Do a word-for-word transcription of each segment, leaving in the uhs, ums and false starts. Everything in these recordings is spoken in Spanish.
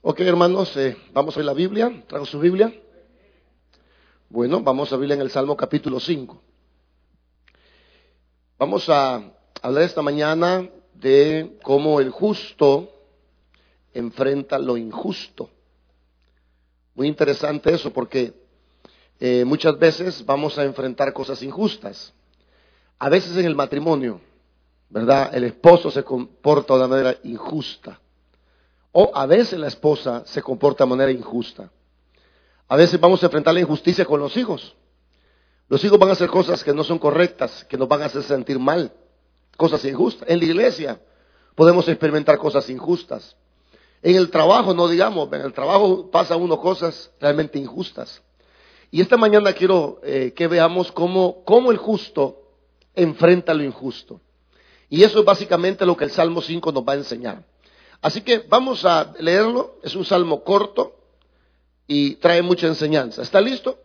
Ok, hermanos, eh, vamos a ver la Biblia. ¿Trago su Biblia? Bueno, vamos a Biblia en el Salmo capítulo cinco. Vamos a hablar esta mañana de cómo el justo enfrenta lo injusto. Muy interesante eso, porque eh, muchas veces vamos a enfrentar cosas injustas. A veces en el matrimonio, ¿verdad? El esposo se comporta de una manera injusta. O a veces la esposa se comporta de manera injusta. A veces vamos a enfrentar la injusticia con los hijos. Los hijos van a hacer cosas que no son correctas, que nos van a hacer sentir mal, cosas injustas. En la iglesia podemos experimentar cosas injustas. En el trabajo, no digamos, en el trabajo pasa uno cosas realmente injustas. Y esta mañana quiero eh, que veamos cómo, cómo el justo enfrenta lo injusto. Y eso es básicamente lo que el Salmo cinco nos va a enseñar. Así que vamos a leerlo. Es un salmo corto y trae mucha enseñanza. ¿Está listo?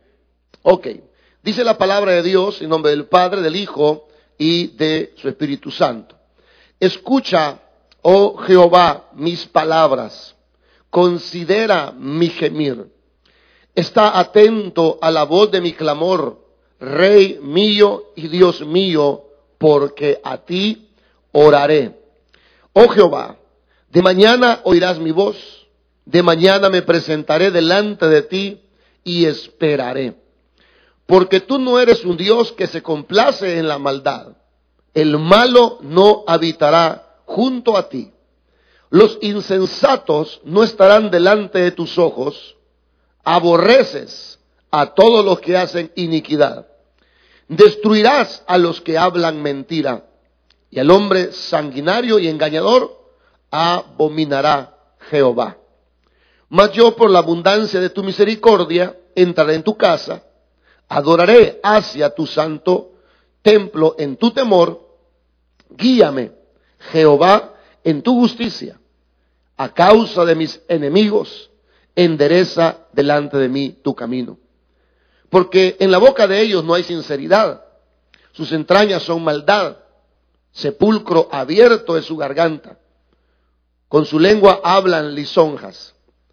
Ok. Dice la palabra de Dios en nombre del Padre, del Hijo y de su Espíritu Santo. Escucha, oh Jehová, mis palabras. Considera mi gemir. Está atento a la voz de mi clamor, Rey mío y Dios mío, porque a ti oraré. Oh Jehová, de mañana oirás mi voz, de mañana me presentaré delante de ti y esperaré. Porque tú no eres un Dios que se complace en la maldad. El malo no habitará junto a ti. Los insensatos no estarán delante de tus ojos. Aborreces a todos los que hacen iniquidad. Destruirás a los que hablan mentira. Y al hombre sanguinario y engañador abominará Jehová. Mas yo, por la abundancia de tu misericordia, entraré en tu casa, adoraré hacia tu santo templo en tu temor. Guíame, Jehová, en tu justicia. A causa de mis enemigos, endereza delante de mí tu camino. Porque en la boca de ellos no hay sinceridad, sus entrañas son maldad, sepulcro abierto es su garganta. Con su lengua hablan lisonjas.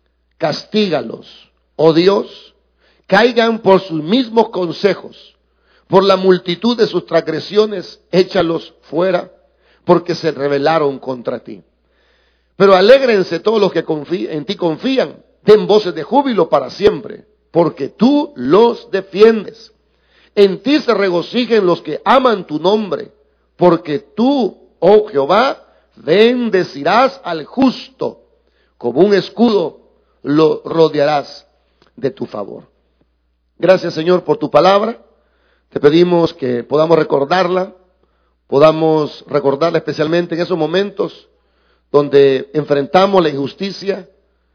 Castígalos, oh Dios, caigan por sus mismos consejos. Por la multitud de sus transgresiones, échalos fuera, porque se rebelaron contra ti. Pero alégrense todos los que confí- en ti confían, den voces de júbilo para siempre, porque tú los defiendes. En ti se regocijen los que aman tu nombre, porque tú, oh Jehová, bendecirás al justo, como un escudo lo rodearás de tu favor. Gracias, Señor, por tu palabra. Te pedimos que podamos recordarla, podamos recordarla especialmente en esos momentos donde enfrentamos la injusticia,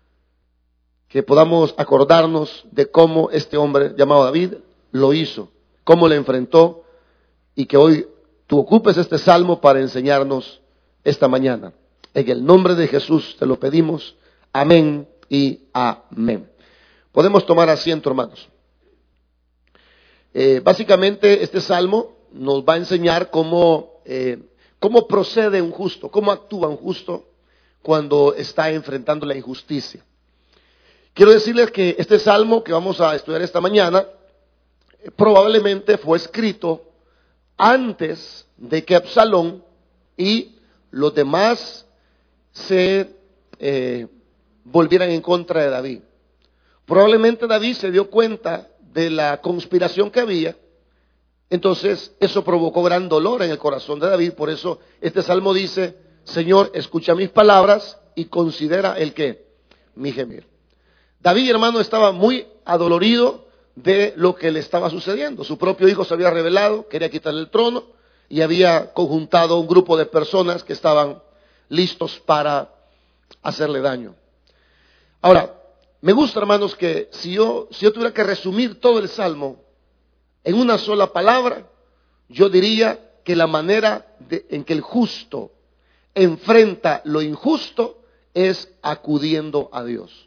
que podamos acordarnos de cómo este hombre llamado David lo hizo, cómo le enfrentó, y que hoy tú ocupes este salmo para enseñarnos esta mañana. En el nombre de Jesús te lo pedimos. Amén y amén. Podemos tomar asiento, hermanos. Eh, básicamente este salmo nos va a enseñar cómo, eh, cómo procede un justo, cómo actúa un justo cuando está enfrentando la injusticia. Quiero decirles que este salmo que vamos a estudiar esta mañana eh, probablemente fue escrito antes de que Absalón y los demás se eh, volvieran en contra de David. Probablemente David se dio cuenta de la conspiración que había, entonces eso provocó gran dolor en el corazón de David. Por eso este salmo dice: Señor, escucha mis palabras y considera el que mi gemir. David, hermano, estaba muy adolorido de lo que le estaba sucediendo. Su propio hijo se había rebelado, quería quitarle el trono y había conjuntado un grupo de personas que estaban listos para hacerle daño. Ahora, me gusta, hermanos, que si yo, si yo tuviera que resumir todo el Salmo en una sola palabra, yo diría que la manera de, en que el justo enfrenta lo injusto es acudiendo a Dios.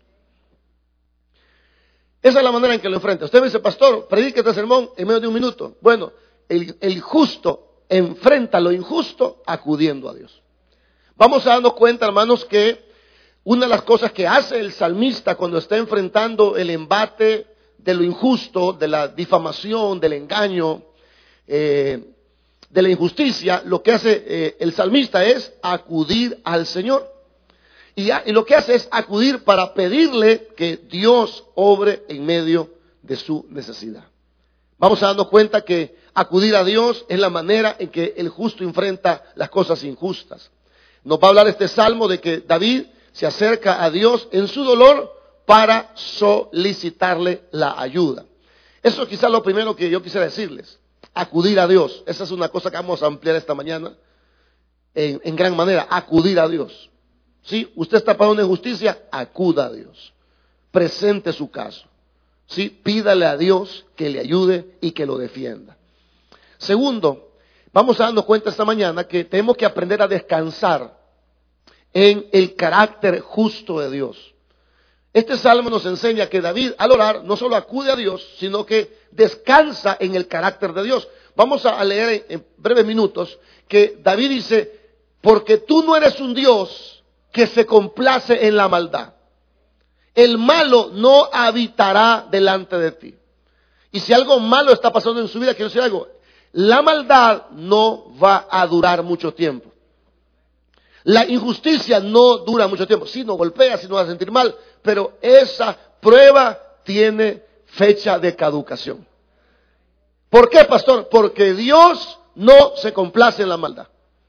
Esa es la manera en que lo enfrenta. Usted me dice: pastor, predique este sermón en menos de un minuto. Bueno, el, el justo enfrenta lo injusto acudiendo a Dios. Vamos a darnos cuenta, hermanos, que una de las cosas que hace el salmista cuando está enfrentando el embate de lo injusto, de la difamación, del engaño, eh, de la injusticia, lo que hace eh, el salmista es acudir al Señor. Y, y lo que hace es acudir para pedirle que Dios obre en medio de su necesidad. Vamos a darnos cuenta que acudir a Dios es la manera en que el justo enfrenta las cosas injustas. Nos va a hablar este salmo de que David se acerca a Dios en su dolor para solicitarle la ayuda. Eso es quizás lo primero que yo quisiera decirles. Acudir a Dios. Esa es una cosa que vamos a ampliar esta mañana en, en gran manera. Acudir a Dios. ¿Sí? Usted está pasando una injusticia, acuda a Dios. Presente su caso. ¿Sí? Pídale a Dios que le ayude y que lo defienda. Segundo, vamos a darnos cuenta esta mañana que tenemos que aprender a descansar en el carácter justo de Dios. Este salmo nos enseña que David al orar no solo acude a Dios, sino que descansa en el carácter de Dios. Vamos a leer en breves minutos que David dice, porque tú no eres un Dios que se complace en la maldad. El malo no habitará delante de ti. Y si algo malo está pasando en su vida, quiero decir algo, la maldad no va a durar mucho tiempo. La injusticia no dura mucho tiempo. Sí, nos golpea, sí nos va a sentir mal, pero esa prueba tiene fecha de caducación. ¿Por qué, pastor? Porque Dios no se complace en la maldad.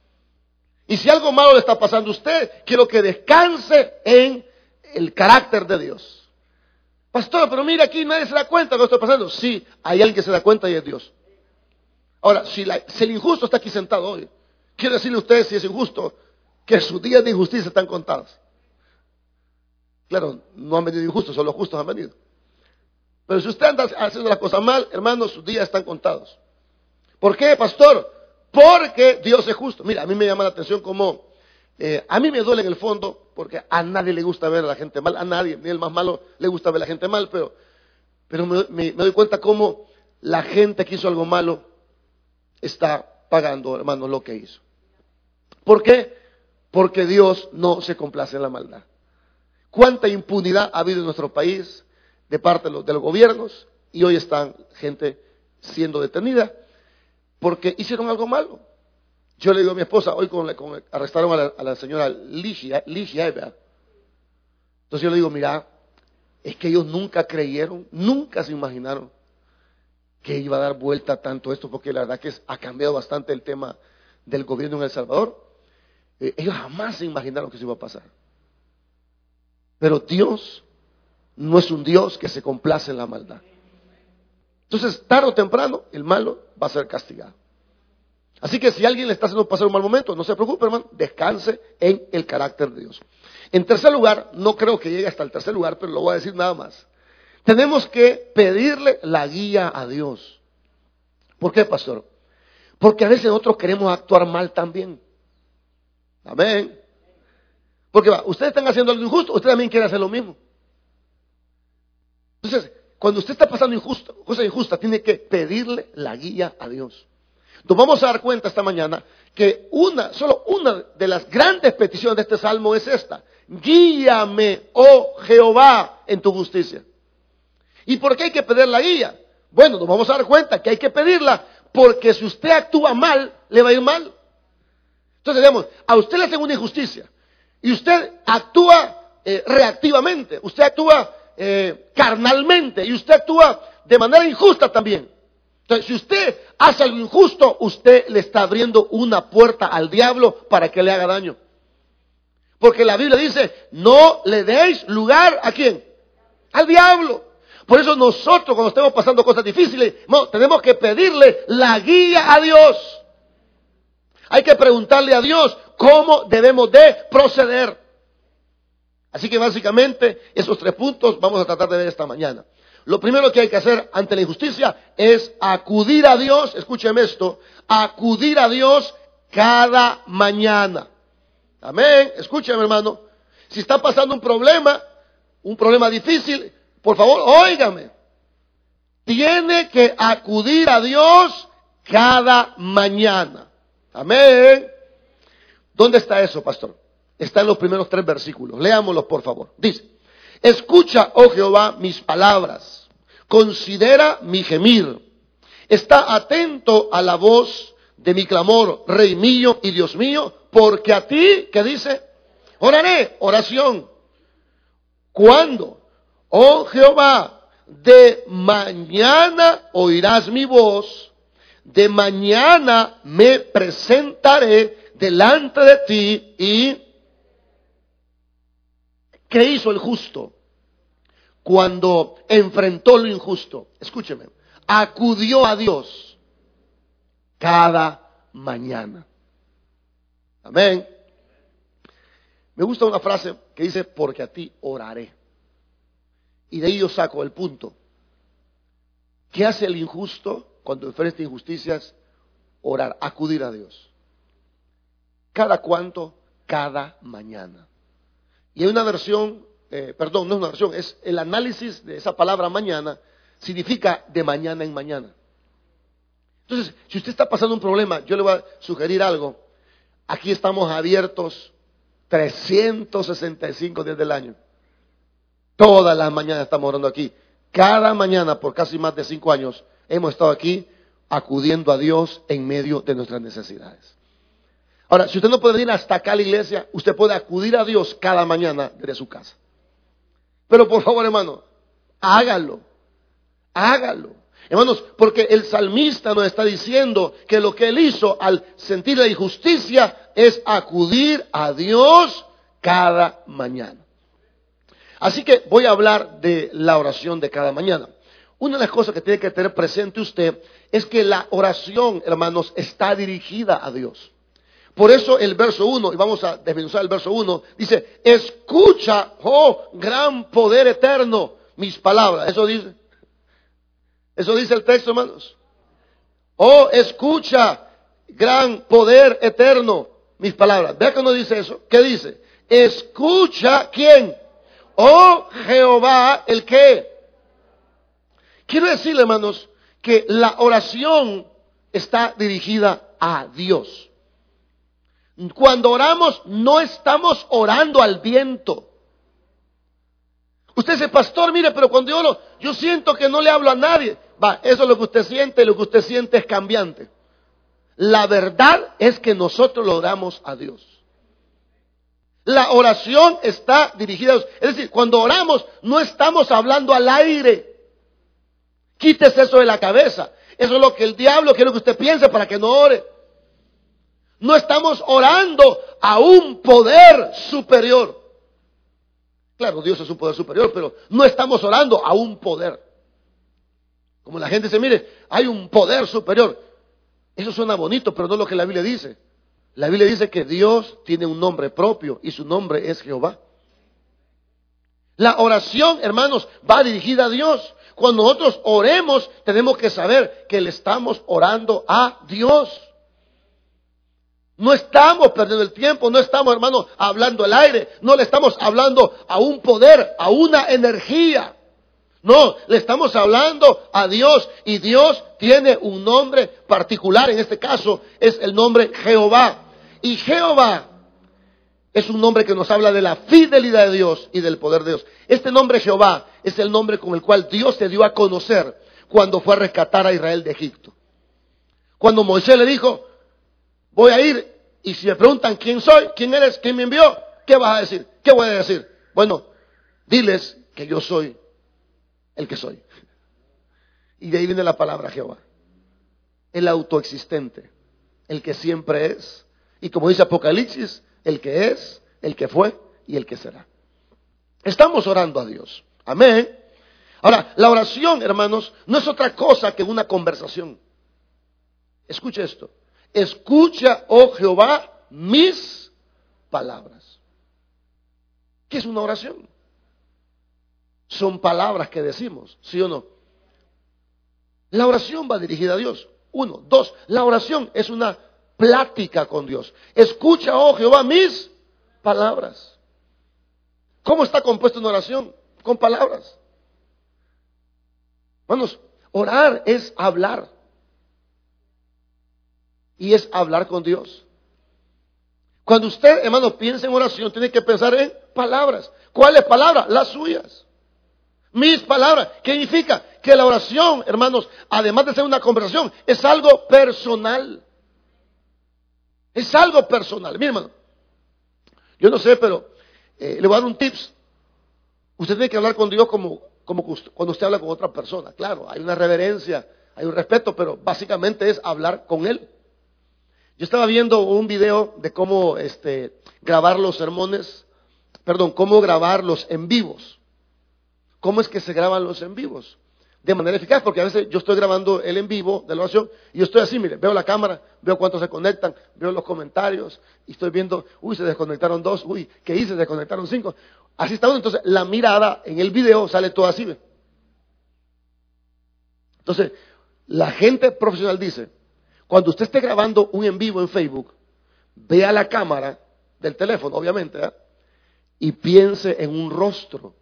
Y si algo malo le está pasando a usted, quiero que descanse en el carácter de Dios. Pastor, pero mira, aquí nadie se da cuenta de lo que está pasando. Sí, hay alguien que se da cuenta y es Dios. Ahora, si, la, si el injusto está aquí sentado hoy, quiero decirle a ustedes, si es injusto, que sus días de injusticia están contados. Claro, no han venido injustos, solo los justos han venido. Pero si usted anda haciendo las cosas mal, hermanos, sus días están contados. ¿Por qué, pastor? Porque Dios es justo. Mira, a mí me llama la atención como, eh, a mí me duele en el fondo, porque a nadie le gusta ver a la gente mal, a nadie, ni el más malo le gusta ver a la gente mal, pero, pero me, me, me doy cuenta cómo la gente que hizo algo malo está pagando, hermano, lo que hizo. ¿Por qué? Porque Dios no se complace en la maldad. ¿Cuánta impunidad ha habido en nuestro país de parte de los, de los gobiernos? Y hoy están gente siendo detenida porque hicieron algo malo. Yo le digo a mi esposa, hoy con la, con, arrestaron a la, a la señora Ligia, Ligia, ¿verdad? Entonces yo le digo, mira, es que ellos nunca creyeron, nunca se imaginaron que iba a dar vuelta tanto esto, porque la verdad que es, ha cambiado bastante el tema del gobierno en El Salvador. Eh, ellos jamás se imaginaron que eso iba a pasar. Pero Dios no es un Dios que se complace en la maldad. Entonces, tarde o temprano, el malo va a ser castigado. Así que si alguien le está haciendo pasar un mal momento, no se preocupe, hermano, descanse en el carácter de Dios. En tercer lugar, no creo que llegue hasta el tercer lugar, pero lo voy a decir nada más. Tenemos que pedirle la guía a Dios. ¿Por qué, pastor? Porque a veces nosotros queremos actuar mal también. Amén. Porque va, ustedes están haciendo algo injusto, usted también quiere hacer lo mismo. Entonces, cuando usted está pasando injusto, cosa injusta, tiene que pedirle la guía a Dios. Nos vamos a dar cuenta esta mañana que una, solo una de las grandes peticiones de este salmo es esta: guíame, oh Jehová, en tu justicia. ¿Y por qué hay que pedir la guía? Bueno, nos vamos a dar cuenta que hay que pedirla porque si usted actúa mal, le va a ir mal. Entonces, digamos, a usted le hacen una injusticia y usted actúa eh, reactivamente, usted actúa eh, carnalmente y usted actúa de manera injusta también. Entonces, si usted hace algo injusto, usted le está abriendo una puerta al diablo para que le haga daño. Porque la Biblia dice, no le deis lugar ¿a quién? Al diablo. Por eso nosotros cuando estemos pasando cosas difíciles, no, tenemos que pedirle la guía a Dios. Hay que preguntarle a Dios cómo debemos de proceder. Así que básicamente esos tres puntos vamos a tratar de ver esta mañana. Lo primero que hay que hacer ante la injusticia es acudir a Dios, escúcheme esto, acudir a Dios cada mañana. Amén, escúcheme hermano. Si está pasando un problema, un problema difícil, por favor, óigame. Tiene que acudir a Dios cada mañana. Amén. ¿Dónde está eso, pastor? Está en los primeros tres versículos. Leámoslos, por favor. Dice: escucha, oh Jehová, mis palabras. Considera mi gemir. Está atento a la voz de mi clamor, Rey mío y Dios mío, porque a ti, ¿qué dice? Oraré, oración. ¿Cuándo? Oh Jehová, de mañana oirás mi voz, de mañana me presentaré delante de ti. Y ¿qué hizo el justo cuando enfrentó lo injusto? Escúcheme, acudió a Dios cada mañana. Amén. Me gusta una frase que dice: porque a ti oraré. Y de ahí yo saco el punto. ¿Qué hace el injusto cuando enfrenta injusticias? Orar, acudir a Dios. ¿Cada cuánto? Cada mañana. Y hay una versión, eh, perdón, no es una versión, es el análisis de esa palabra mañana, significa de mañana en mañana. Entonces, si usted está pasando un problema, yo le voy a sugerir algo. Aquí estamos abiertos trescientos sesenta y cinco días del año. Todas las mañanas estamos orando aquí. Cada mañana, por casi más de cinco años, hemos estado aquí acudiendo a Dios en medio de nuestras necesidades. Ahora, si usted no puede venir hasta acá a la iglesia, usted puede acudir a Dios cada mañana desde su casa. Pero por favor, hermano, hágalo. Hágalo. Hermanos, porque el salmista nos está diciendo que lo que él hizo al sentir la injusticia es acudir a Dios cada mañana. Así que voy a hablar de la oración de cada mañana. Una de las cosas que tiene que tener presente usted es que la oración, hermanos, está dirigida a Dios. Por eso el verso uno, y vamos a desmenuzar el verso uno, dice: escucha, oh gran poder eterno, mis palabras. Eso dice. Eso dice el texto, hermanos. Oh, escucha, gran poder eterno, mis palabras. Vea que no dice eso. ¿Qué dice? Escucha, ¿quién? Oh Jehová, ¿el qué? Quiero decirle, hermanos, que la oración está dirigida a Dios. Cuando oramos, no estamos orando al viento. Usted dice: pastor, mire, pero cuando yo oro, yo siento que no le hablo a nadie. Va, eso es lo que usted siente, lo que usted siente es cambiante. La verdad es que nosotros lo oramos a Dios. La oración está dirigida a Dios. Es decir, cuando oramos, no estamos hablando al aire. Quítese eso de la cabeza. Eso es lo que el diablo quiere que usted piense para que no ore. No estamos orando a un poder superior. Claro, Dios es un poder superior, pero no estamos orando a un poder. Como la gente dice: mire, hay un poder superior. Eso suena bonito, pero no es lo que la Biblia dice. La Biblia dice que Dios tiene un nombre propio y su nombre es Jehová. La oración, hermanos, va dirigida a Dios. Cuando nosotros oremos, tenemos que saber que le estamos orando a Dios. No estamos perdiendo el tiempo, no estamos, hermanos, hablando al aire, no le estamos hablando a un poder, a una energía. No, le estamos hablando a Dios, y Dios tiene un nombre particular. En este caso es el nombre Jehová. Y Jehová es un nombre que nos habla de la fidelidad de Dios y del poder de Dios. Este nombre Jehová es el nombre con el cual Dios se dio a conocer cuando fue a rescatar a Israel de Egipto. Cuando Moisés le dijo: voy a ir, y si me preguntan quién soy, quién eres, quién me envió, ¿qué vas a decir? ¿Qué voy a decir? Bueno, diles que yo soy el que soy. Y de ahí viene la palabra Jehová. El autoexistente, el que siempre es. Y como dice Apocalipsis, el que es, el que fue y el que será. Estamos orando a Dios. Amén. Ahora, la oración, hermanos, no es otra cosa que una conversación. Escuche esto. Escucha, oh Jehová, mis palabras. ¿Qué es una oración? Son palabras que decimos, ¿sí o no? La oración va dirigida a Dios. Uno. Dos, la oración es una plática con Dios. Escucha, oh Jehová, mis palabras. ¿Cómo está compuesta una oración? Con palabras. Hermanos, orar es hablar. Y es hablar con Dios. Cuando usted, hermano, piensa en oración, tiene que pensar en palabras. ¿Cuáles palabras? Las suyas. Mis palabras. ¿Qué significa? Que la oración, hermanos, además de ser una conversación, es algo personal. Es algo personal. Mire, hermano, yo no sé, pero eh, le voy a dar un tips. Usted tiene que hablar con Dios como, como usted, cuando usted habla con otra persona. Claro, hay una reverencia, hay un respeto, pero básicamente es hablar con Él. Yo estaba viendo un video de cómo este, grabar los sermones, perdón, cómo grabar los en vivos. ¿Cómo es que se graban los en vivos? De manera eficaz, porque a veces yo estoy grabando el en vivo de la oración y yo estoy así, mire, veo la cámara, veo cuántos se conectan, veo los comentarios y estoy viendo, uy, se desconectaron dos, uy, ¿qué hice? Se desconectaron cinco. Así está uno, entonces la mirada en el video sale toda así, ¿ve? Entonces, la gente profesional dice, cuando usted esté grabando un en vivo en Facebook, vea la cámara del teléfono, obviamente, ¿eh? Y piense en un rostro.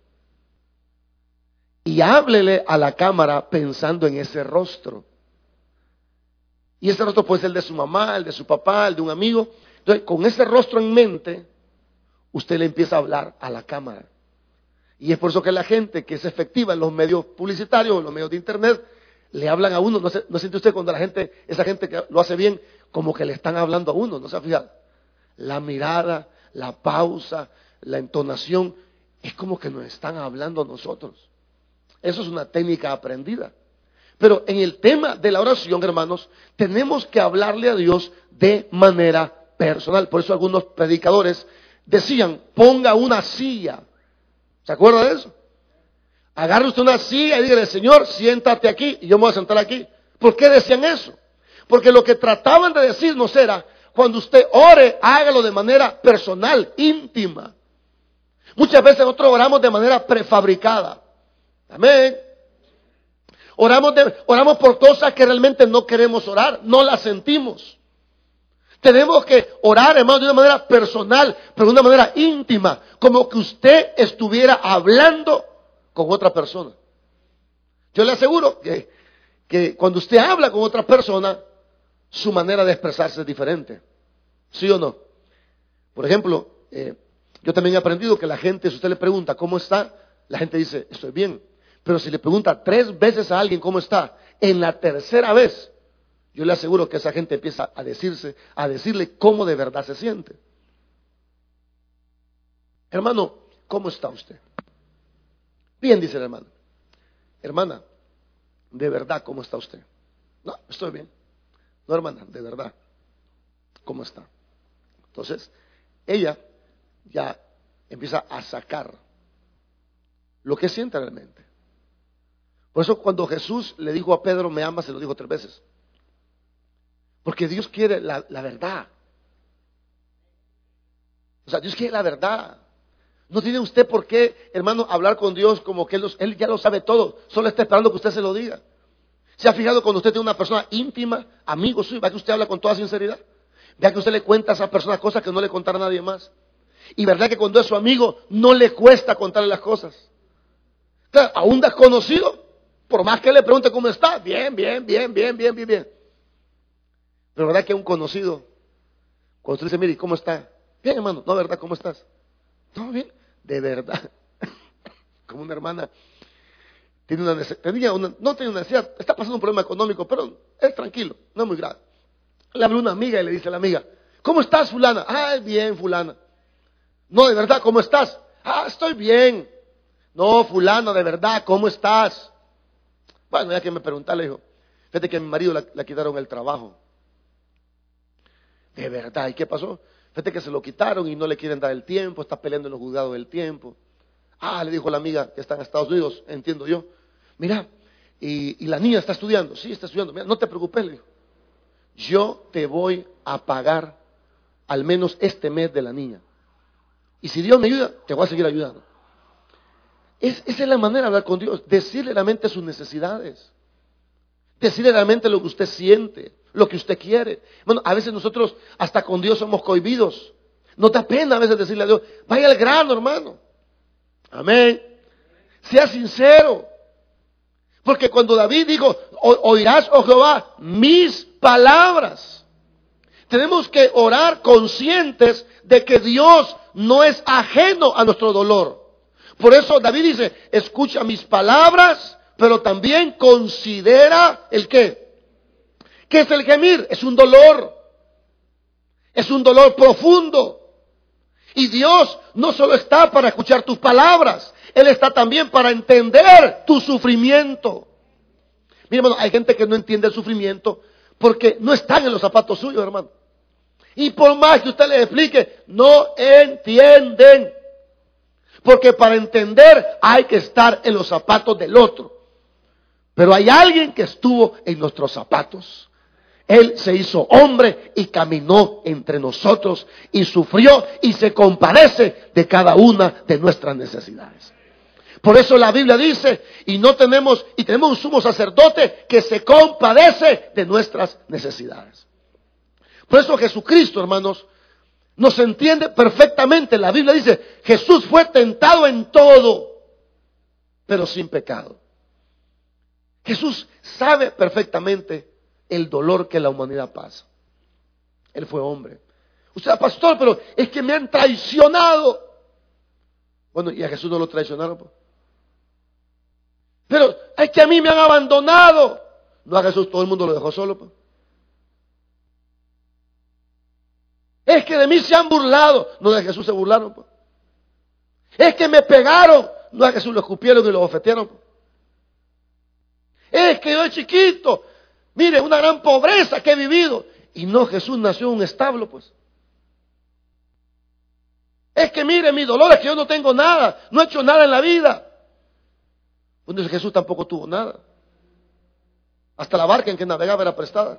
Y háblele a la cámara pensando en ese rostro. Y ese rostro puede ser el de su mamá, el de su papá, el de un amigo. Entonces, con ese rostro en mente, usted le empieza a hablar a la cámara. Y es por eso que la gente que es efectiva en los medios publicitarios, en los medios de internet, le hablan a uno. ¿No, se, no siente usted cuando la gente, esa gente que lo hace bien, como que le están hablando a uno? ¿No se ha fijado? La mirada, la pausa, la entonación, es como que nos están hablando a nosotros. Eso es una técnica aprendida. Pero en el tema de la oración, hermanos, tenemos que hablarle a Dios de manera personal. Por eso algunos predicadores decían, ponga una silla. ¿Se acuerda de eso? Agarre usted una silla y dígale, Señor, siéntate aquí y yo me voy a sentar aquí. ¿Por qué decían eso? Porque lo que trataban de decirnos era, cuando usted ore, hágalo de manera personal, íntima. Muchas veces nosotros oramos de manera prefabricada. Amén. Oramos, de, oramos por cosas que realmente no queremos orar, no las sentimos. Tenemos que orar, hermano, de una manera personal, pero de una manera íntima, como que usted estuviera hablando con otra persona. Yo le aseguro que, que cuando usted habla con otra persona, su manera de expresarse es diferente. ¿Sí o no? Por ejemplo, eh, yo también he aprendido que la gente, si usted le pregunta cómo está, la gente dice, estoy bien. Pero si le pregunta tres veces a alguien cómo está, en la tercera vez, yo le aseguro que esa gente empieza a decirse, a decirle cómo de verdad se siente. Hermano, ¿cómo está usted? Bien, dice el hermano. Hermana, de verdad, ¿cómo está usted? No, estoy bien. No, hermana, de verdad, ¿cómo está? Entonces, ella ya empieza a sacar lo que siente realmente. Por eso cuando Jesús le dijo a Pedro, me amas, se lo dijo tres veces. Porque Dios quiere la, la verdad. O sea, Dios quiere la verdad. No tiene usted por qué, hermano, hablar con Dios como que Él, los, él ya lo sabe todo. Solo está esperando que usted se lo diga. ¿Se ha fijado cuando usted tiene una persona íntima, amigo suyo? ¿Vea que usted habla con toda sinceridad? ¿Vea que usted le cuenta a esa persona cosas que no le contará a nadie más? Y verdad que cuando es su amigo, no le cuesta contarle las cosas. Claro, a un desconocido, por más que le pregunte cómo está, bien, bien, bien, bien, bien, bien, bien. Pero verdad que a un conocido, cuando usted dice, mire, ¿cómo está? Bien, hermano, no, ¿verdad? ¿Cómo estás? No, bien, de verdad. Como una hermana tiene una tenía una, no tiene una necesidad, está pasando un problema económico, pero es tranquilo, no es muy grave. Le habla una amiga y le dice a la amiga, ¿cómo estás, fulana? Ah, bien, fulana. No, de verdad, ¿cómo estás? Ah, estoy bien. No, fulano, de verdad, ¿cómo estás? Bueno, ya que me preguntaba, le dijo, fíjate que a mi marido le, le quitaron el trabajo. De verdad, ¿y qué pasó? Fíjate que se lo quitaron y no le quieren dar el tiempo, está peleando en los juzgados del tiempo. Ah, le dijo la amiga que está en Estados Unidos, entiendo yo. Mira, y, y la niña está estudiando. Sí, está estudiando. Mira, no te preocupes, le dijo. Yo te voy a pagar al menos este mes de la niña. Y si Dios me ayuda, te voy a seguir ayudando. Es, esa es la manera de hablar con Dios, decirle realmente sus necesidades, decirle realmente lo que usted siente, lo que usted quiere. Bueno, a veces nosotros hasta con Dios somos cohibidos. No da pena a veces decirle a Dios, vaya al grano, hermano. Amén. Sea sincero. Porque cuando David dijo, oirás, oh Jehová, mis palabras. tenemos que orar conscientes de que Dios no es ajeno a nuestro dolor. Por eso David dice, escucha mis palabras, pero también considera el qué. ¿Qué es el gemir? Es un dolor. Es un dolor profundo. Y Dios no solo está para escuchar tus palabras, Él está también para entender tu sufrimiento. Mira, hermano, hay gente que no entiende el sufrimiento porque no están en los zapatos suyos, hermano. Y por más que usted les explique, no entienden. Porque para entender hay que estar en los zapatos del otro. Pero hay alguien que estuvo en nuestros zapatos. Él se hizo hombre y caminó entre nosotros y sufrió y se compadece de cada una de nuestras necesidades. Por eso la Biblia dice, y no tenemos, y tenemos un sumo sacerdote que se compadece de nuestras necesidades. Por eso Jesucristo, hermanos, nos entiende perfectamente. La Biblia dice, Jesús fue tentado en todo, pero sin pecado. Jesús sabe perfectamente el dolor que la humanidad pasa. Él fue hombre. Usted, pastor, pero es que me han traicionado. Bueno, y a Jesús no lo traicionaron, pues. Pero es que a mí me han abandonado. No, a Jesús todo el mundo lo dejó solo, pues. Es que de mí se han burlado. No, de Jesús se burlaron, pues. Es que me pegaron. No, a Jesús lo escupieron y lo bofetearon, pues. Es que yo de chiquito, mire, una gran pobreza que he vivido. Y no, Jesús nació en un establo, pues. Es que mire, mi dolor es que yo no tengo nada, no he hecho nada en la vida. Pues Jesús tampoco tuvo nada. Hasta la barca en que navegaba era prestada.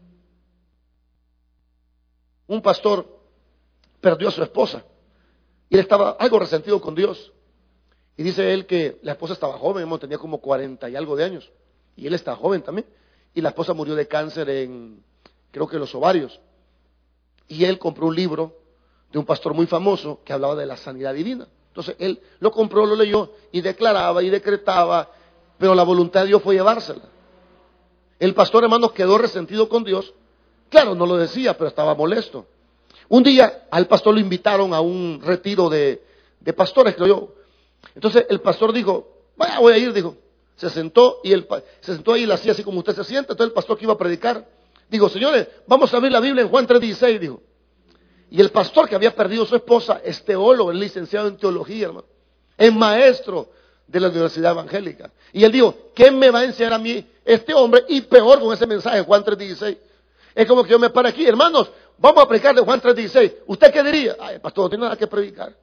Un pastor perdió a su esposa y él estaba algo resentido con Dios. Y dice él que la esposa estaba joven, tenía como cuarenta y algo de años. Y él está joven también. Y la esposa murió de cáncer en, creo que los ovarios. Y él compró un libro de un pastor muy famoso que hablaba de la sanidad divina. Entonces él lo compró, lo leyó y declaraba y decretaba, pero la voluntad de Dios fue llevársela. El pastor, hermanos, quedó resentido con Dios. Claro, no lo decía, pero estaba molesto. Un día al pastor lo invitaron a un retiro de, de pastores, creo yo. Entonces el pastor dijo, vaya, voy a ir, dijo. Se sentó y el, se sentó ahí y le hacía así como usted se sienta. Entonces el pastor que iba a predicar, dijo, señores, vamos a abrir la Biblia en Juan tres dieciséis, dijo. Y el pastor que había perdido a su esposa es teólogo, es licenciado en teología, hermano. Es maestro de la Universidad Evangélica. Y él dijo, ¿qué me va a enseñar a mí este hombre? Y peor con ese mensaje, Juan tres dieciséis. Es como que yo me paro aquí, hermanos, vamos a predicar de Juan tres dieciséis. ¿Usted qué diría? Ay, el pastor no tiene nada que predicar.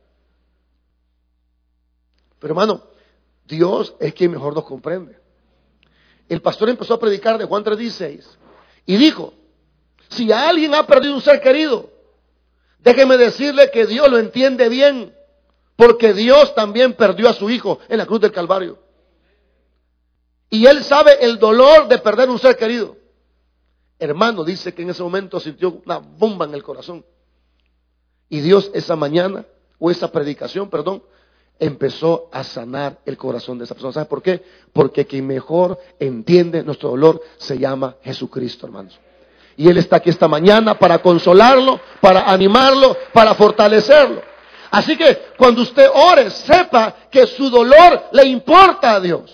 Pero hermano, Dios es quien mejor nos comprende. El pastor empezó a predicar de Juan tres dieciséis y dijo, si alguien ha perdido un ser querido, déjeme decirle que Dios lo entiende bien, porque Dios también perdió a su hijo en la cruz del Calvario. Y Él sabe el dolor de perder un ser querido. Hermano, dice que en ese momento sintió una bomba en el corazón. Y Dios esa mañana, o esa predicación, perdón, empezó a sanar el corazón de esa persona. ¿Sabe por qué? Porque quien mejor entiende nuestro dolor se llama Jesucristo, hermanos. Y Él está aquí esta mañana para consolarlo, para animarlo, para fortalecerlo. Así que cuando usted ore, sepa que su dolor le importa a Dios.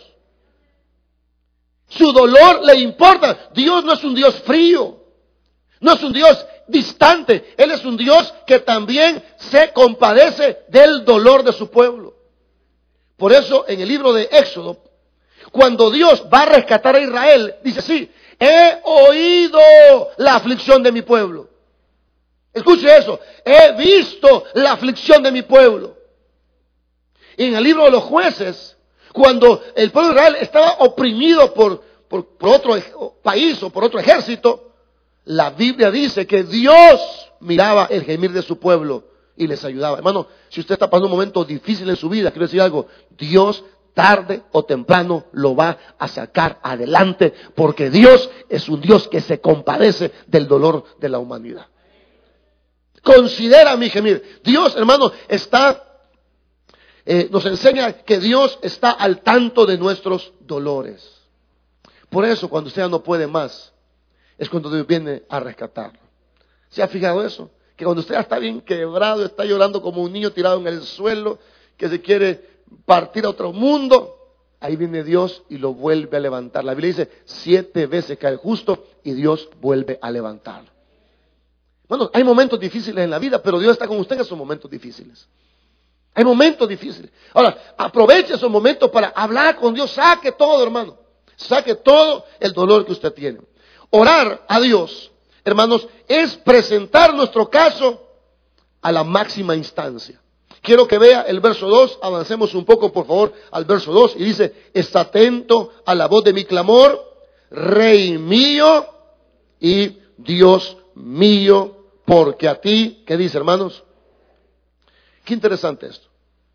Su dolor le importa. Dios no es un Dios frío, no es un Dios distante. Él es un Dios que también se compadece del dolor de su pueblo. Por eso en el libro de Éxodo, cuando Dios va a rescatar a Israel, dice así, he oído la aflicción de mi pueblo. Escuche eso, he visto la aflicción de mi pueblo. Y en el libro de los Jueces, cuando el pueblo de Israel estaba oprimido por, por, por otro país o por otro ejército, la Biblia dice que Dios miraba el gemir de su pueblo y les ayudaba. Hermano, si usted está pasando un momento difícil en su vida, quiero decir algo, Dios tarde o temprano lo va a sacar adelante, porque Dios es un Dios que se compadece del dolor de la humanidad. Considera mi gemir. Dios, hermano, está, eh, nos enseña que Dios está al tanto de nuestros dolores. Por eso, cuando usted ya no puede más, es cuando Dios viene a rescatarlo. ¿Se ha fijado eso? Que cuando usted está bien quebrado, está llorando como un niño tirado en el suelo, que se quiere partir a otro mundo, ahí viene Dios y lo vuelve a levantar. La Biblia dice, siete veces cae el justo y Dios vuelve a levantarlo. Bueno, hay momentos difíciles en la vida, pero Dios está con usted en esos momentos difíciles. Hay momentos difíciles. Ahora, aproveche esos momentos para hablar con Dios. Saque todo, hermano. Saque todo el dolor que usted tiene. Orar a Dios, hermanos, es presentar nuestro caso a la máxima instancia. Quiero que vea el verso dos, avancemos un poco por favor al verso dos y dice, está atento a la voz de mi clamor, Rey mío y Dios mío, porque a ti, ¿qué dice, hermanos? Qué interesante esto.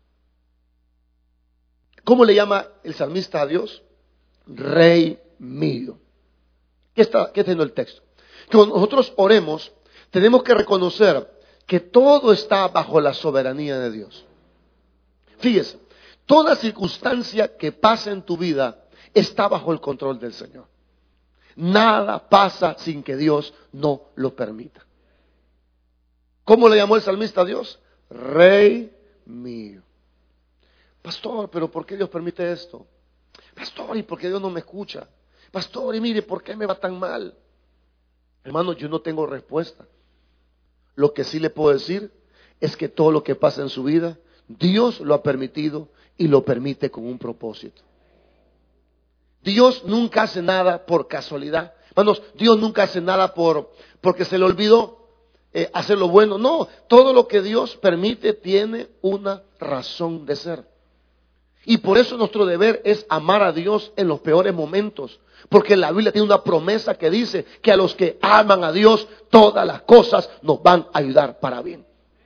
¿Cómo le llama el salmista a Dios? Rey mío. ¿Qué está, qué está diciendo el texto? Que cuando nosotros oremos, tenemos que reconocer que todo está bajo la soberanía de Dios. Fíjese, toda circunstancia que pasa en tu vida está bajo el control del Señor. Nada pasa sin que Dios no lo permita. ¿Cómo le llamó el salmista a Dios? Rey mío. Pastor, pero ¿por qué Dios permite esto? Pastor, ¿y por qué Dios no me escucha? Pastor, y mire, ¿por qué me va tan mal? Hermano, yo no tengo respuesta. Lo que sí le puedo decir es que todo lo que pasa en su vida, Dios lo ha permitido y lo permite con un propósito. Dios nunca hace nada por casualidad. Hermanos, Dios nunca hace nada por porque se le olvidó eh, hacer lo bueno. No, todo lo que Dios permite tiene una razón de ser. Y por eso nuestro deber es amar a Dios en los peores momentos. Porque la Biblia tiene una promesa que dice que a los que aman a Dios, todas las cosas nos van a ayudar para bien.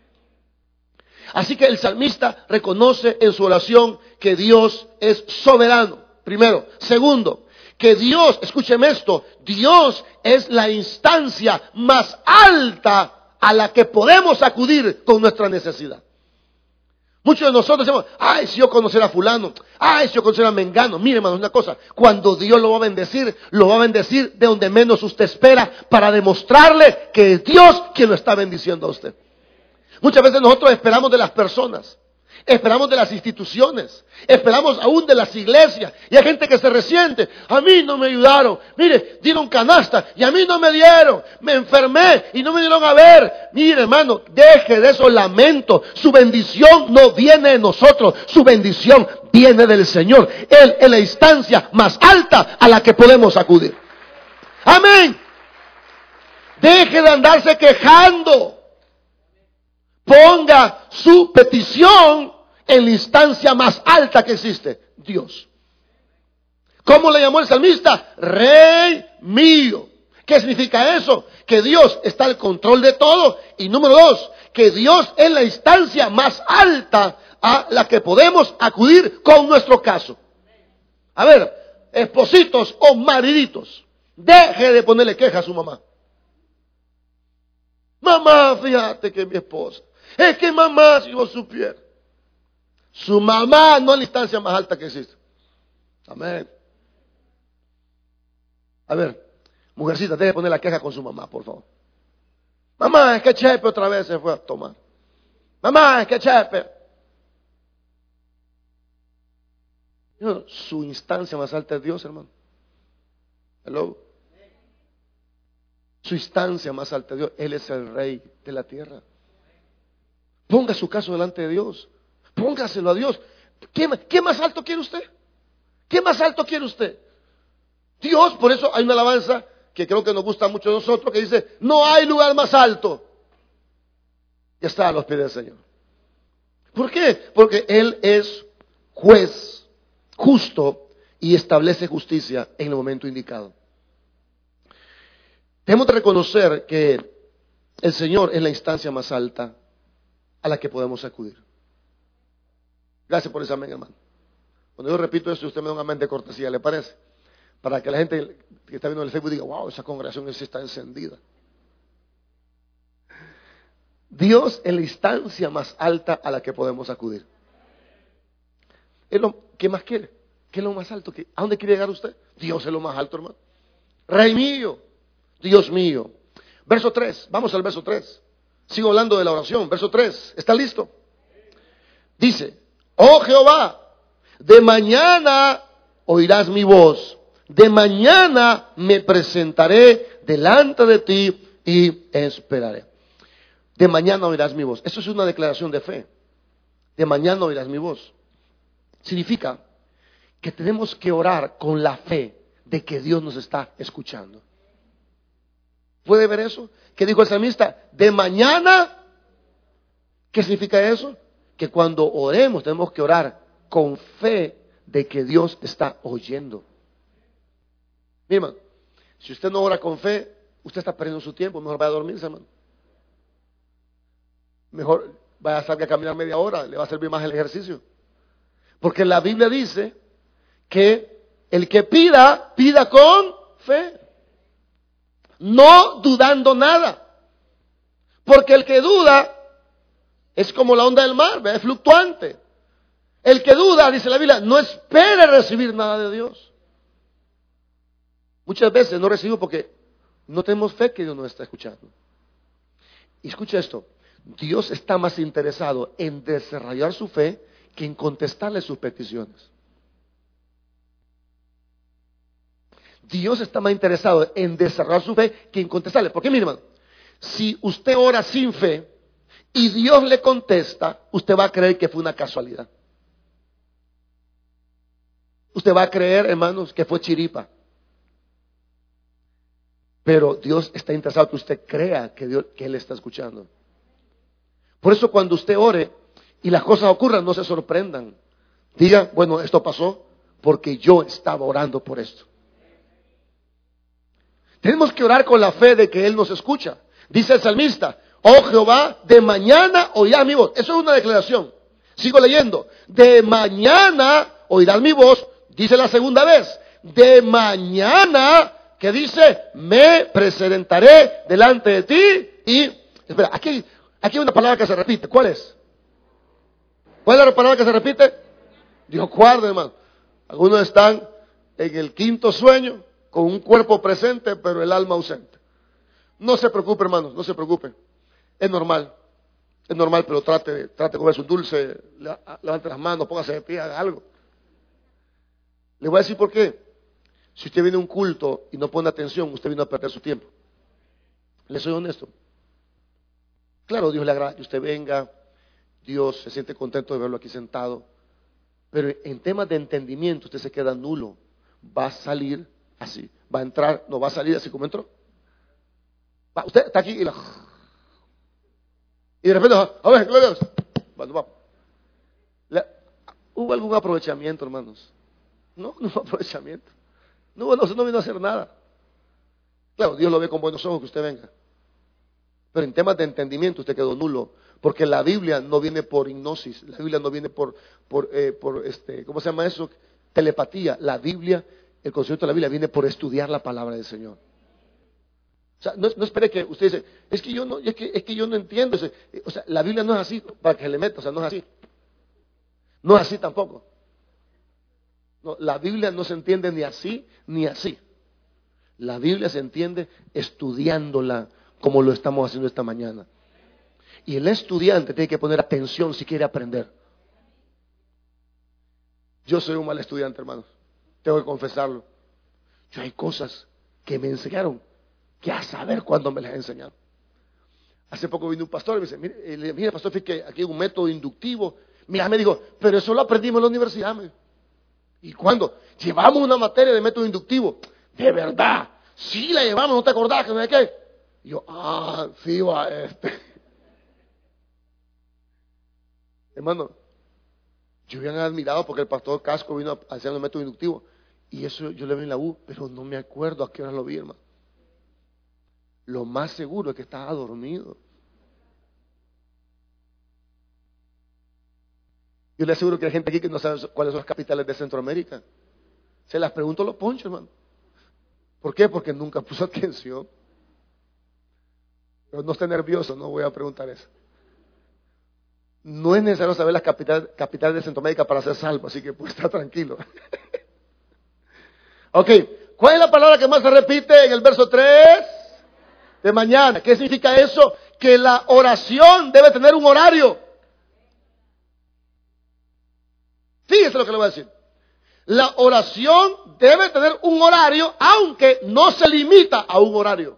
Así que el salmista reconoce en su oración que Dios es soberano. Primero. Segundo, que Dios, escúcheme esto, Dios es la instancia más alta a la que podemos acudir con nuestra necesidad. Muchos de nosotros decimos, ay, si yo conociera a fulano, ay, si yo conociera a mengano. Mire, hermano, una cosa, cuando Dios lo va a bendecir, lo va a bendecir de donde menos usted espera, para demostrarle que es Dios quien lo está bendiciendo a usted. Muchas veces nosotros esperamos de las personas, esperamos de las instituciones, esperamos aún de las iglesias, y hay gente que se resiente. A mí no me ayudaron, mire, dieron canasta y a mí no me dieron, me enfermé y no me dieron a ver. Mire, hermano, deje de esos lamentos. Su bendición no viene de nosotros, su bendición viene del Señor. Él es la instancia más alta a la que podemos acudir. Amén. Deje de andarse quejando. Ponga su petición en la instancia más alta que existe, Dios. ¿Cómo le llamó el salmista? Rey mío. ¿Qué significa eso? Que Dios está al control de todo. Y número dos, que Dios es la instancia más alta a la que podemos acudir con nuestro caso. A ver, espositos o mariditos, deje de ponerle queja a su mamá. Mamá, fíjate que mi esposa. Es que mamá, si yo supiera. Su mamá no es la instancia más alta que existe. Amén. A ver, mujercita, deje de poner la queja con su mamá, por favor. Mamá, es que Chepe otra vez se fue a tomar. Mamá, es que Chepe. Su instancia más alta es Dios, hermano. Hello. Su instancia más alta es Dios. Él es el rey de la tierra. Ponga su caso delante de Dios. Póngaselo a Dios. ¿Qué, ¿Qué más alto quiere usted? ¿Qué más alto quiere usted? Dios, por eso hay una alabanza que creo que nos gusta mucho a nosotros, que dice, no hay lugar más alto. Ya está a los pies del Señor. ¿Por qué? Porque Él es juez justo y establece justicia en el momento indicado. Tenemos que reconocer que el Señor es la instancia más alta a la que podemos acudir. Gracias por ese amén, hermano. Cuando yo repito esto, usted me da un amén de cortesía, ¿le parece? Para que la gente que está viendo en el Facebook diga, wow, esa congregación sí está encendida. Dios es la instancia más alta a la que podemos acudir. Es lo, ¿qué más quiere? ¿Qué es lo más alto? ¿A dónde quiere llegar usted? Dios es lo más alto, hermano. Rey mío, Dios mío. Verso tres, vamos al verso tres. Sigo hablando de la oración. Verso tres, ¿está listo? Dice, oh Jehová, de mañana oirás mi voz, de mañana me presentaré delante de ti y esperaré. De mañana oirás mi voz. Eso es una declaración de fe. De mañana oirás mi voz. Significa que tenemos que orar con la fe de que Dios nos está escuchando. ¿Puede ver eso? ¿Qué dijo el salmista? De mañana. ¿Qué significa eso? Que cuando oremos tenemos que orar con fe de que Dios está oyendo. Mi hermano, si usted no ora con fe, usted está perdiendo su tiempo. Mejor vaya a dormirse, hermano. Mejor vaya a salir a caminar media hora, le va a servir más el ejercicio. Porque la Biblia dice que el que pida, pida con fe. No dudando nada. Porque el que duda es como la onda del mar, ¿ve? Es fluctuante. El que duda, dice la Biblia, no espere recibir nada de Dios. Muchas veces no recibimos porque no tenemos fe que Dios nos está escuchando. Y escucha esto, Dios está más interesado en desarrollar su fe que en contestarle sus peticiones. Dios está más interesado en desarrollar su fe que en contestarle. ¿Por qué, mi hermano? Si usted ora sin fe y Dios le contesta, usted va a creer que fue una casualidad. Usted va a creer, hermanos, que fue chiripa. Pero Dios está interesado que usted crea que, Dios, que Él está escuchando. Por eso cuando usted ore y las cosas ocurran, no se sorprendan. Diga, bueno, esto pasó porque yo estaba orando por esto. Tenemos que orar con la fe de que Él nos escucha. Dice el salmista, oh Jehová, de mañana oirás mi voz. Eso es una declaración. Sigo leyendo. De mañana oirás mi voz. Dice la segunda vez. De mañana, que dice, me presentaré delante de ti y... Espera, aquí, aquí hay una palabra que se repite. ¿Cuál es? ¿Cuál es la palabra que se repite? Dios guarde, hermano. Algunos están en el quinto sueño, con un cuerpo presente, pero el alma ausente. No se preocupe, hermanos, no se preocupe. Es normal. Es normal, pero trate, trate de comer su dulce, levante las manos, póngase de pie, haga algo. Le voy a decir por qué. Si usted viene a un culto y no pone atención, usted viene a perder su tiempo. Le soy honesto. Claro, Dios le agrada que usted venga, Dios se siente contento de verlo aquí sentado, pero en temas de entendimiento usted se queda nulo. Va a salir así, va a entrar, no va a salir así como entró. Va, usted está aquí y, la... y de repente, a ver, gloria a Dios. Bueno, vamos. La... ¿Hubo algún aprovechamiento, hermanos? No, no hubo aprovechamiento. No, no, no vino a hacer nada. Claro, Dios lo ve con buenos ojos que usted venga. Pero en temas de entendimiento usted quedó nulo. Porque la Biblia no viene por hipnosis. La Biblia no viene por, por, eh, por este, ¿cómo se llama eso? Telepatía. La Biblia, el concepto de la Biblia viene por estudiar la palabra del Señor. O sea, no, no espere que usted dice, es que yo no, es que, es que yo no entiendo. O sea, la Biblia no es así para que le meta, o sea, no es así. No es así tampoco. No, la Biblia no se entiende ni así ni así. La Biblia se entiende estudiándola como lo estamos haciendo esta mañana. Y el estudiante tiene que poner atención si quiere aprender. Yo soy un mal estudiante, hermanos. Tengo que confesarlo. Yo hay cosas que me enseñaron que a saber cuándo me las enseñaron. Hace poco vino un pastor y me dice, mire, mire pastor, fíjate que aquí hay un método inductivo. Mira, me dijo, pero eso lo aprendimos en la universidad. Me. ¿Y cuándo? Llevamos una materia de método inductivo. De verdad, sí la llevamos, ¿no te acordás? Que no sé qué. Y yo, ah, sí, va, este. Hermano, yo habían admirado porque el pastor Casco vino a hacer el método inductivo. Y eso yo le vi en la U, pero no me acuerdo a qué hora lo vi, hermano. Lo más seguro es que estaba dormido. Yo le aseguro que hay gente aquí que no sabe cuáles son las capitales de Centroamérica. Se las pregunto a los ponchos, hermano. ¿Por qué? Porque nunca puso atención. Pero no esté nervioso, no voy a preguntar eso. No es necesario saber las capitales, capitales de Centroamérica para ser salvo, así que puede estar tranquilo. Ok, ¿cuál es la palabra que más se repite en el verso tres? de mañana. ¿Qué significa eso? Que la oración debe tener un horario. Fíjese lo que le voy a decir. La oración debe tener un horario, aunque no se limita a un horario.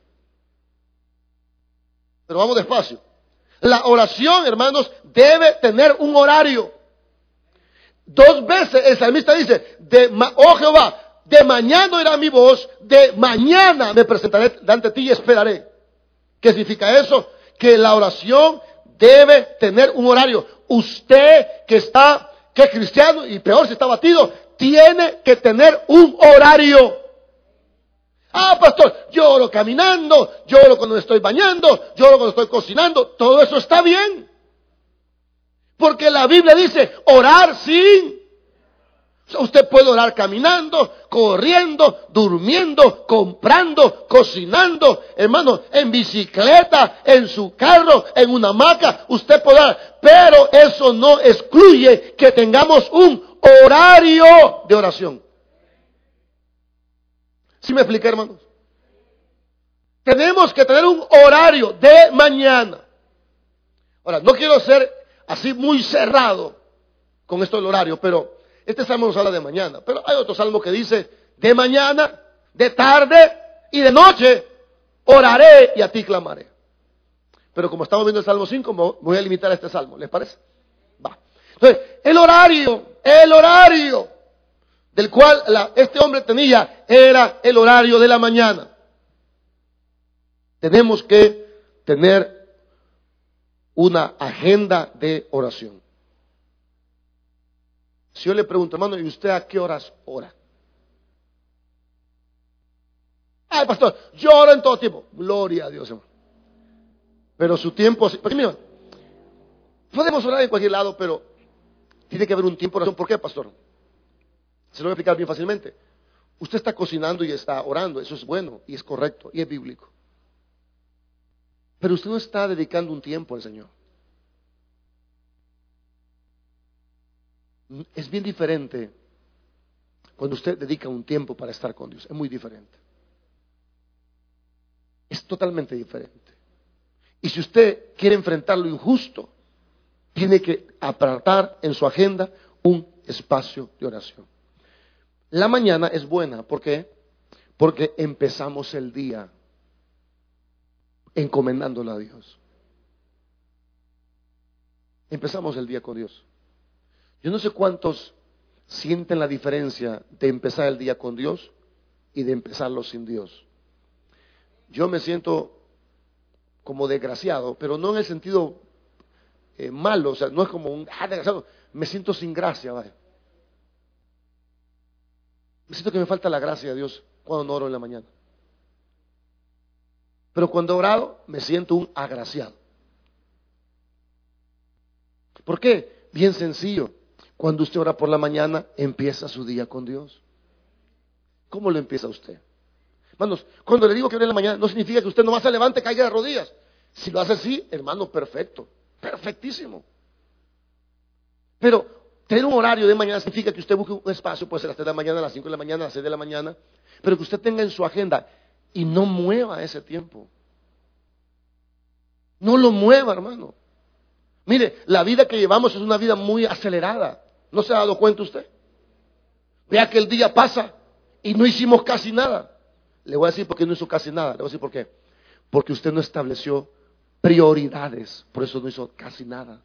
Pero vamos despacio. La oración, hermanos, debe tener un horario. Dos veces el salmista dice, de, oh Jehová, de mañana oirá mi voz, de mañana me presentaré ante ti y esperaré. ¿Qué significa eso? Que la oración debe tener un horario. Usted que está, que es cristiano, y peor si está batido, tiene que tener un horario. Ah, pastor, yo oro caminando, yo oro cuando me estoy bañando, yo oro cuando estoy cocinando. Todo eso está bien. Porque la Biblia dice, orar sin... O sea, usted puede orar caminando, corriendo, durmiendo, comprando, cocinando, hermano, en bicicleta, en su carro, en una hamaca. Usted puede orar, pero eso no excluye que tengamos un horario de oración. ¿Sí me expliqué, hermanos? Tenemos que tener un horario de mañana. Ahora, no quiero ser así muy cerrado con esto del horario, pero este salmo nos habla de mañana. Pero hay otro salmo que dice, de mañana, de tarde y de noche, oraré y a ti clamaré. Pero como estamos viendo el Salmo cinco, me voy a limitar a este salmo, ¿les parece? Va. Entonces, el horario, el horario del cual la, este hombre tenía era el horario de la mañana. Tenemos que tener una agenda de oración. Si yo le pregunto, hermano, ¿y usted a qué horas ora? Ay, pastor, yo oro en todo tiempo. Gloria a Dios, hermano. Pero su tiempo, porque mira, podemos orar en cualquier lado, pero tiene que haber un tiempo de oración. ¿Por qué, pastor? Se lo voy a explicar bien fácilmente. Usted está cocinando y está orando, eso es bueno y es correcto y es bíblico. Pero usted no está dedicando un tiempo al Señor. Es bien diferente cuando usted dedica un tiempo para estar con Dios. Es muy diferente. Es totalmente diferente. Y si usted quiere enfrentar lo injusto, tiene que apartar en su agenda un espacio de oración. La mañana es buena, ¿por qué? Porque empezamos el día encomendándolo a Dios. Empezamos el día con Dios. Yo no sé cuántos sienten la diferencia de empezar el día con Dios y de empezarlo sin Dios. Yo me siento como desgraciado, pero no en el sentido eh, malo, o sea, no es como un ah, desgraciado, me siento sin gracia, vaya. Me siento que me falta la gracia de Dios cuando no oro en la mañana. Pero cuando he orado, me siento un agraciado. ¿Por qué? Bien sencillo. Cuando usted ora por la mañana, empieza su día con Dios. ¿Cómo lo empieza usted? Hermanos, cuando le digo que ore en la mañana, no significa que usted nomás se levante y caiga de rodillas. Si lo hace así, hermano, perfecto. Perfectísimo. Pero tener un horario de mañana significa que usted busque un espacio, puede ser a las tres de la mañana, a las cinco de la mañana, a las seis de la mañana, pero que usted tenga en su agenda y no mueva ese tiempo. No lo mueva, hermano. Mire, la vida que llevamos es una vida muy acelerada. ¿No se ha dado cuenta usted? Vea que el día pasa y no hicimos casi nada. Le voy a decir por qué no hizo casi nada. Le voy a decir por qué. Porque usted no estableció prioridades. Por eso no hizo casi nada.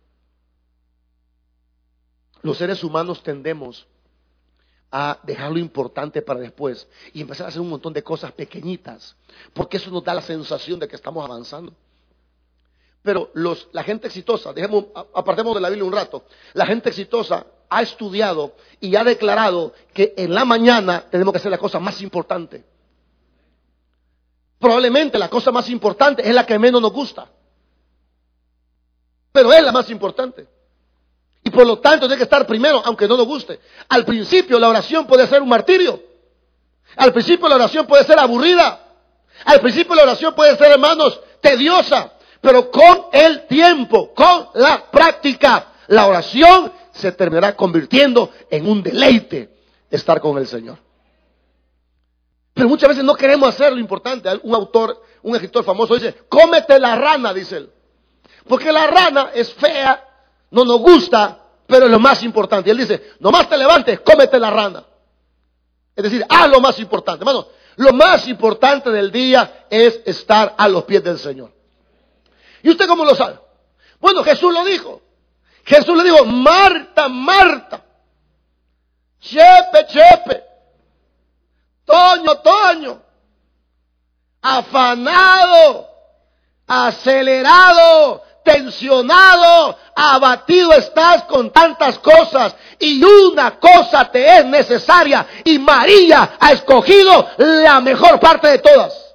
Los seres humanos tendemos a dejar lo importante para después y empezar a hacer un montón de cosas pequeñitas, porque eso nos da la sensación de que estamos avanzando. Pero los, la gente exitosa, dejemos, apartemos de la Biblia un rato, la gente exitosa ha estudiado y ha declarado que en la mañana tenemos que hacer la cosa más importante. Probablemente la cosa más importante es la que menos nos gusta, pero es la más importante. Y por lo tanto tiene que estar primero, aunque no nos guste. Al principio la oración puede ser un martirio. Al principio la oración puede ser aburrida. Al principio la oración puede ser, hermanos, tediosa. Pero con el tiempo, con la práctica, la oración se terminará convirtiendo en un deleite estar con el Señor. Pero muchas veces no queremos hacer lo importante. Un autor un escritor famoso dice, cómete la rana, dice él. Porque la rana es fea, no nos gusta, pero es lo más importante. Y él dice, nomás te levantes, cómete la rana. Es decir, haz lo más importante. Hermano, lo más importante del día es estar a los pies del Señor. ¿Y usted cómo lo sabe? Bueno, Jesús lo dijo. Jesús le dijo, Marta, Marta, chepe, chepe, Toño, Toño, afanado, acelerado, tensionado, abatido estás con tantas cosas y una cosa te es necesaria y María ha escogido la mejor parte de todas,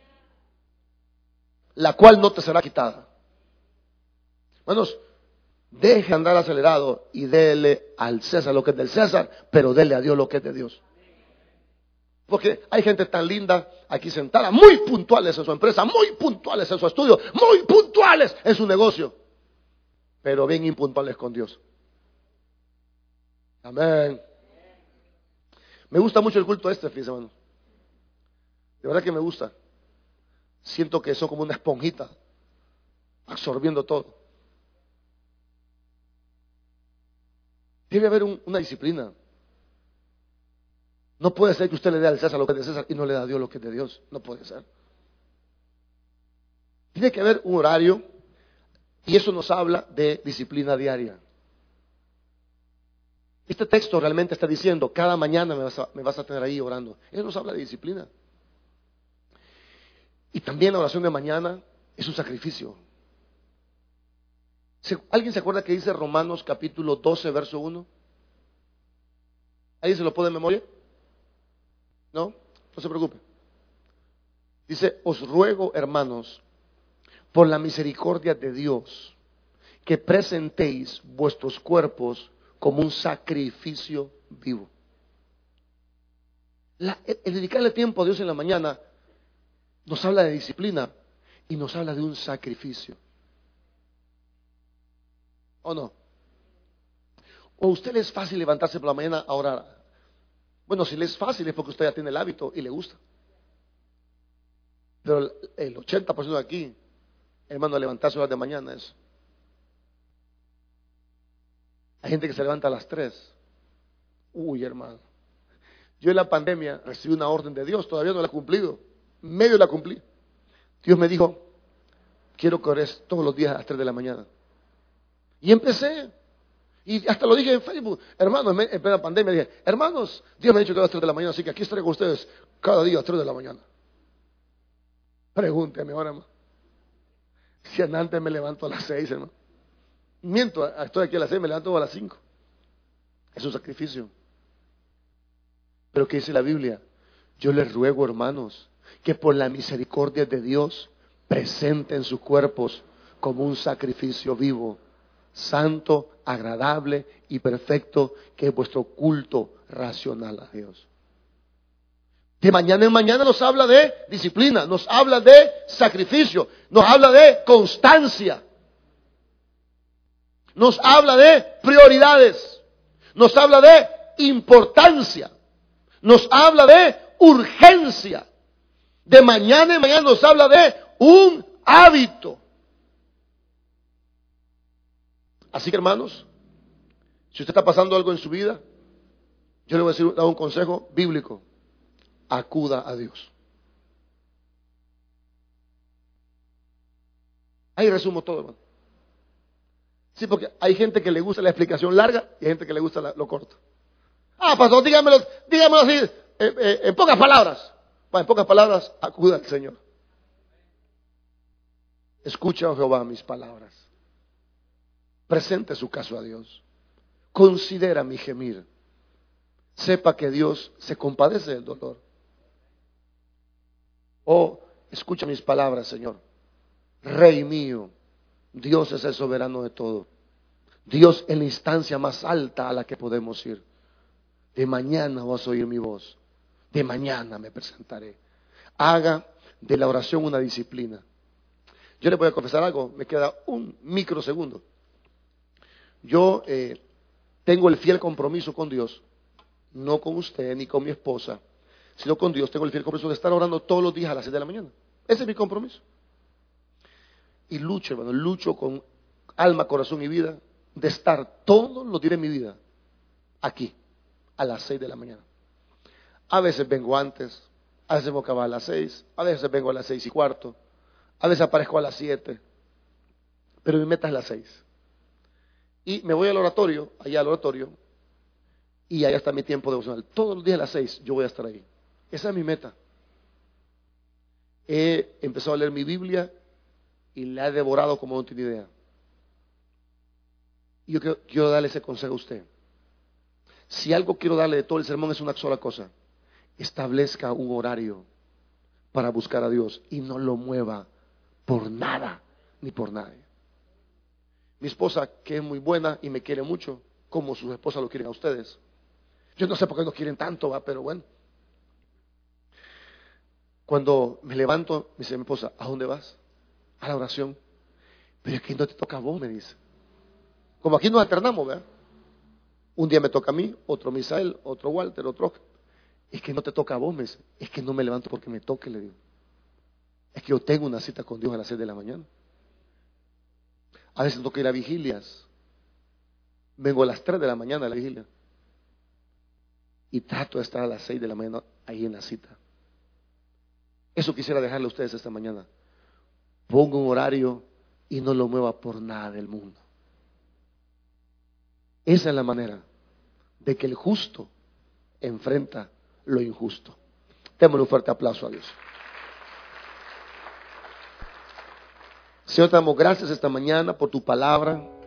la cual no te será quitada. Hermanos, deje andar acelerado y dele al César lo que es del César, pero dele a Dios lo que es de Dios. Porque hay gente tan linda aquí sentada, muy puntuales en su empresa, muy puntuales en su estudio, muy puntuales en su negocio, pero bien impuntuales con Dios. Amén. Me gusta mucho el culto este, fíjense, hermano. De verdad que me gusta. Siento que son como una esponjita, absorbiendo todo. Debe haber un, una disciplina. No puede ser que usted le dé al César lo que es de César y no le da a Dios lo que es de Dios. No puede ser. Tiene que haber un horario y eso nos habla de disciplina diaria. Este texto realmente está diciendo, cada mañana me vas a, me vas a tener ahí orando. Eso nos habla de disciplina. Y también la oración de mañana es un sacrificio. ¿Alguien se acuerda que dice Romanos capítulo doce, verso uno? ¿Alguien se lo pone de memoria? ¿No? No se preocupe. Dice, os ruego, hermanos, por la misericordia de Dios, que presentéis vuestros cuerpos como un sacrificio vivo. La, el, el dedicarle tiempo a Dios en la mañana nos habla de disciplina y nos habla de un sacrificio. ¿O no? ¿O a usted le es fácil levantarse por la mañana a orar? Bueno, si le es fácil es porque usted ya tiene el hábito y le gusta. Pero el ochenta por ciento de aquí, hermano, levantarse horas de mañana es. Hay gente que se levanta a las tres. Uy, hermano. Yo en la pandemia recibí una orden de Dios, todavía no la he cumplido. Medio la cumplí. Dios me dijo, quiero que ores todos los días a las tres de la mañana. Y empecé. Y hasta lo dije en Facebook. Hermanos, en plena pandemia dije, hermanos, Dios me ha dicho que a las tres de la mañana, así que aquí estaré con ustedes cada día a las tres de la mañana. Pregúnteme ahora, hermano. Si antes me levanto a las seis, hermano. Miento, estoy aquí a las seis, me levanto a las cinco. Es un sacrificio. Pero ¿qué dice la Biblia? Yo les ruego, hermanos, que por la misericordia de Dios presenten sus cuerpos como un sacrificio vivo, santo, agradable y perfecto, que es vuestro culto racional a Dios. De mañana en mañana nos habla de disciplina, nos habla de sacrificio, nos habla de constancia, nos habla de prioridades, nos habla de importancia, nos habla de urgencia. De mañana en mañana nos habla de un hábito. Así que, hermanos, si usted está pasando algo en su vida, yo le voy a decir, dar un consejo bíblico. Acuda a Dios. Ahí resumo todo, hermano. Sí, porque hay gente que le gusta la explicación larga y hay gente que le gusta la, lo corto. Ah, pastor, dígamelo, dígamelo así, eh, eh, en pocas palabras. Bueno, en pocas palabras, acuda al Señor. Escucha, oh Jehová, mis palabras. Presente su caso a Dios. Considera mi gemir. Sepa que Dios se compadece del dolor. Oh, escucha mis palabras, Señor. Rey mío, Dios es el soberano de todo. Dios en la instancia más alta a la que podemos ir. De mañana vas a oír mi voz. De mañana me presentaré. Haga de la oración una disciplina. Yo le voy a confesar algo, me queda un microsegundo. Yo eh, tengo el fiel compromiso con Dios, no con usted ni con mi esposa, sino con Dios. Tengo el fiel compromiso de estar orando todos los días a las seis de la mañana. Ese es mi compromiso. Y lucho, hermano, lucho con alma, corazón y vida de estar todos los días de mi vida aquí a las seis de la mañana. A veces vengo antes, a veces vengo a las seis, a veces vengo a las seis y cuarto, a veces aparezco a las siete, pero mi meta es las seis. Y me voy al oratorio, allá al oratorio, y allá está mi tiempo devocional. Todos los días a las seis yo voy a estar ahí. Esa es mi meta. He empezado a leer mi Biblia y la he devorado como no tiene idea. Y yo quiero, quiero darle ese consejo a usted. Si algo quiero darle de todo el sermón es una sola cosa: establezca un horario para buscar a Dios y no lo mueva por nada ni por nadie. Mi esposa, que es muy buena y me quiere mucho, como sus esposas lo quieren a ustedes. Yo no sé por qué nos quieren tanto, ¿va? Pero bueno. Cuando me levanto, me dice mi esposa: ¿a dónde vas? A la oración. Pero es que no te toca a vos, me dice. Como aquí nos alternamos, ¿verdad? Un día me toca a mí, otro Misael, otro Walter, otro. Es que no te toca a vos, me dice. Es que no me levanto porque me toque, le digo. Es que yo tengo una cita con Dios a las seis de la mañana. A veces tengo que ir a vigilias. Vengo a las tres de la mañana a la vigilia. Y trato de estar a las seis de la mañana ahí en la cita. Eso quisiera dejarle a ustedes esta mañana. Ponga un horario y no lo mueva por nada del mundo. Esa es la manera de que el justo enfrenta lo injusto. Démosle un fuerte aplauso a Dios. Señor, te damos gracias esta mañana por tu palabra.